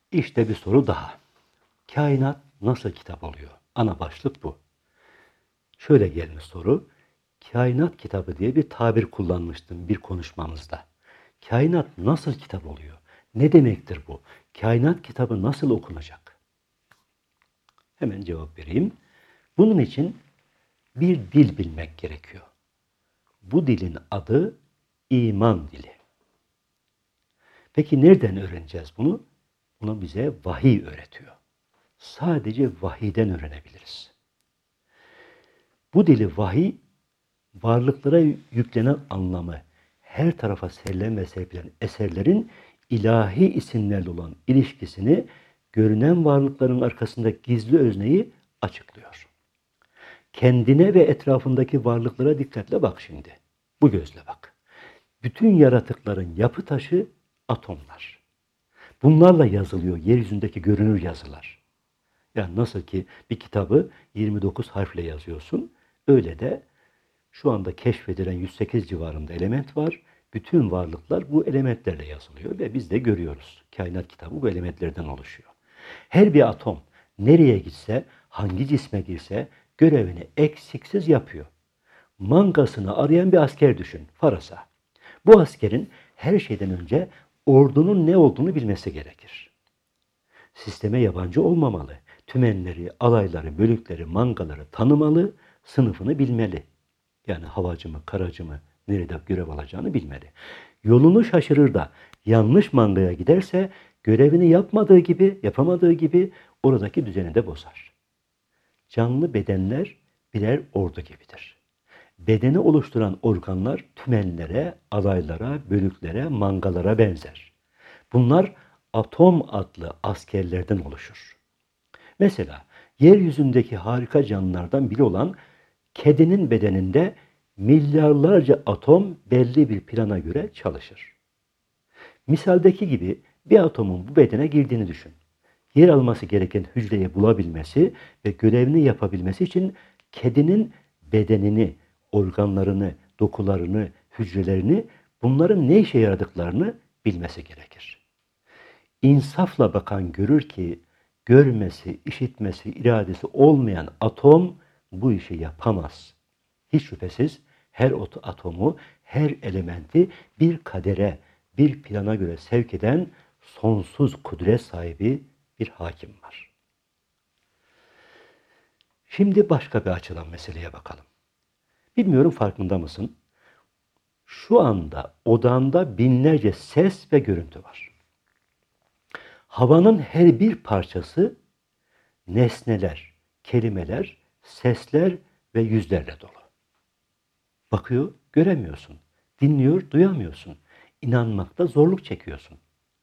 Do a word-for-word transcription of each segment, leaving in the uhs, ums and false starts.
İşte bir soru daha. Kainat nasıl kitap oluyor? Ana başlık bu. Şöyle gelmiş soru. Kainat kitabı diye bir tabir kullanmıştım bir konuşmamızda. Kainat nasıl kitap oluyor? Ne demektir bu? Kainat kitabı nasıl okunacak? Hemen cevap vereyim. Bunun için bir dil bilmek gerekiyor. Bu dilin adı iman dili. Peki nereden öğreneceğiz bunu? Bunu bize vahiy öğretiyor. Sadece vahiyden öğrenebiliriz. Bu dili vahiy, varlıklara yüklenen anlamı, her tarafa serilen ve serpilen eserlerin ilahi isimlerle olan ilişkisini, görünen varlıkların arkasında gizli özneyi açıklıyor. Kendine ve etrafındaki varlıklara dikkatle bak şimdi. Bu gözle bak. Bütün yaratıkların yapı taşı atomlar. Bunlarla yazılıyor yeryüzündeki görünür yazılar. Yani nasıl ki bir kitabı yirmi dokuz harfle yazıyorsun, öyle de şu anda keşfedilen yüz sekiz civarında element var. Bütün varlıklar bu elementlerle yazılıyor ve biz de görüyoruz. Kainat kitabı bu elementlerden oluşuyor. Her bir atom nereye gitse, hangi cisme girse görevini eksiksiz yapıyor. Mangasını arayan bir asker düşün, Farasa. Bu askerin her şeyden önce ordunun ne olduğunu bilmesi gerekir. Sisteme yabancı olmamalı. Tümenleri, alayları, bölükleri, mangaları tanımalı, sınıfını bilmeli. Yani havacı mı, karacı mı, nerede görev alacağını bilmeli. Yolunu şaşırır da yanlış mangaya giderse görevini yapmadığı gibi, yapamadığı gibi oradaki düzeni de bozar. Canlı bedenler birer ordu gibidir. Bedeni oluşturan organlar tümenlere, alaylara, bölüklere, mangalara benzer. Bunlar atom adlı askerlerden oluşur. Mesela yeryüzündeki harika canlılardan biri olan kedinin bedeninde milyarlarca atom belli bir plana göre çalışır. Misaldeki gibi bir atomun bu bedene girdiğini düşün. Yer alması gereken hücreyi bulabilmesi ve görevini yapabilmesi için kedinin bedenini, organlarını, dokularını, hücrelerini, bunların ne işe yaradıklarını bilmesi gerekir. İnsafla bakan görür ki, görmesi, işitmesi, iradesi olmayan atom bu işi yapamaz. Hiç şüphesiz her atomu, her elementi bir kadere, bir plana göre sevk eden sonsuz kudret sahibi bir hakim var. Şimdi başka bir açıdan meseleye bakalım. Bilmiyorum farkında mısın? Şu anda odanda binlerce ses ve görüntü var. Havanın her bir parçası nesneler, kelimeler, sesler ve yüzlerle dolu. Bakıyor, göremiyorsun. Dinliyor, duyamıyorsun. İnanmakta zorluk çekiyorsun.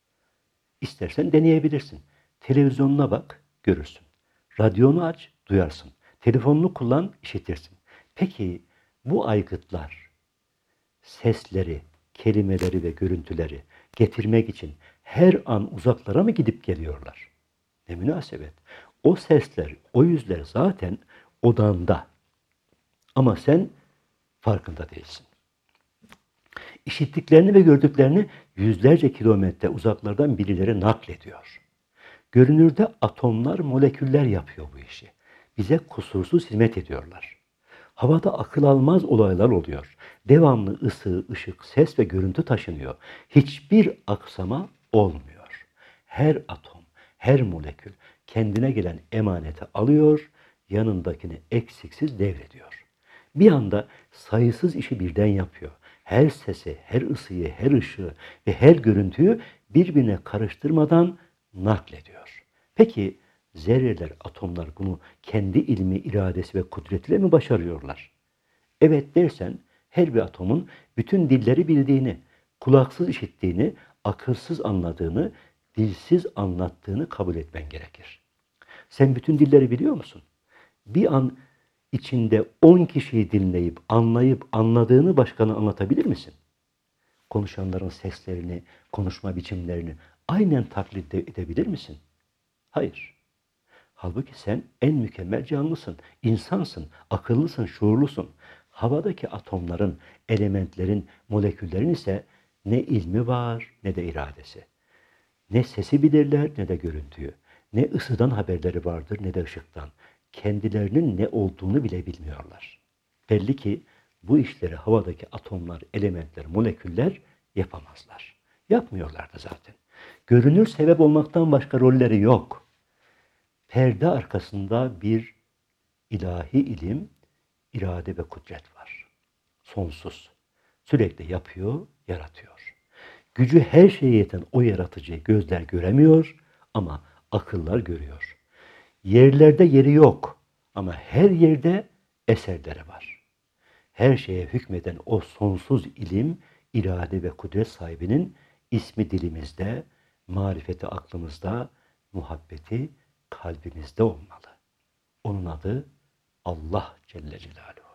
İstersen deneyebilirsin. Televizyonuna bak, görürsün. Radyonu aç, duyarsın. Telefonunu kullan, işitirsin. Peki bu aygıtlar, sesleri, kelimeleri ve görüntüleri getirmek için her an uzaklara mı gidip geliyorlar? Ne münasebet. O sesler, o yüzler zaten odanda. Ama sen farkında değilsin. İşittiklerini ve gördüklerini yüzlerce kilometre uzaklardan birileri naklediyor. Görünürde atomlar, moleküller yapıyor bu işi. Bize kusursuz hizmet ediyorlar. Havada akıl almaz olaylar oluyor. Devamlı ısı, ışık, ses ve görüntü taşınıyor. Hiçbir aksama olmuyor. Her atom, her molekül kendine gelen emaneti alıyor, yanındakini eksiksiz devrediyor. Bir anda sayısız işi birden yapıyor. Her sesi, her ısıyı, her ışığı ve her görüntüyü birbirine karıştırmadan naklediyor. Peki zerreler, atomlar bunu kendi ilmi, iradesi ve kudretiyle mi başarıyorlar? Evet dersen her bir atomun bütün dilleri bildiğini, kulaksız işittiğini, akılsız anladığını, dilsiz anlattığını kabul etmen gerekir. Sen bütün dilleri biliyor musun? Bir an içinde on kişiyi dinleyip, anlayıp, anladığını başkana anlatabilir misin? Konuşanların seslerini, konuşma biçimlerini aynen taklit edebilir misin? Hayır. Halbuki sen en mükemmel canlısın, insansın, akıllısın, şuurlusun. Havadaki atomların, elementlerin, moleküllerin ise ne ilmi var ne de iradesi. Ne sesi bilirler ne de görüntüyü. Ne ısıdan haberleri vardır ne de ışıktan. Kendilerinin ne olduğunu bile bilmiyorlar. Belli ki bu işleri havadaki atomlar, elementler, moleküller yapamazlar. Yapmıyorlar da zaten. Görünür sebep olmaktan başka rolleri yok. Perde arkasında bir ilahi ilim, irade ve kudret var. Sonsuz. Sürekli yapıyor, yaratıyor. Gücü her şeye yeten o yaratıcıyı gözler göremiyor ama akıllar görüyor. Yerlerde yeri yok ama her yerde eserleri var. Her şeye hükmeden o sonsuz ilim, irade ve kudret sahibinin ismi dilimizde, marifeti aklımızda, muhabbeti kalbimizde olmalı. Onun adı Allah Celle Celaluhu.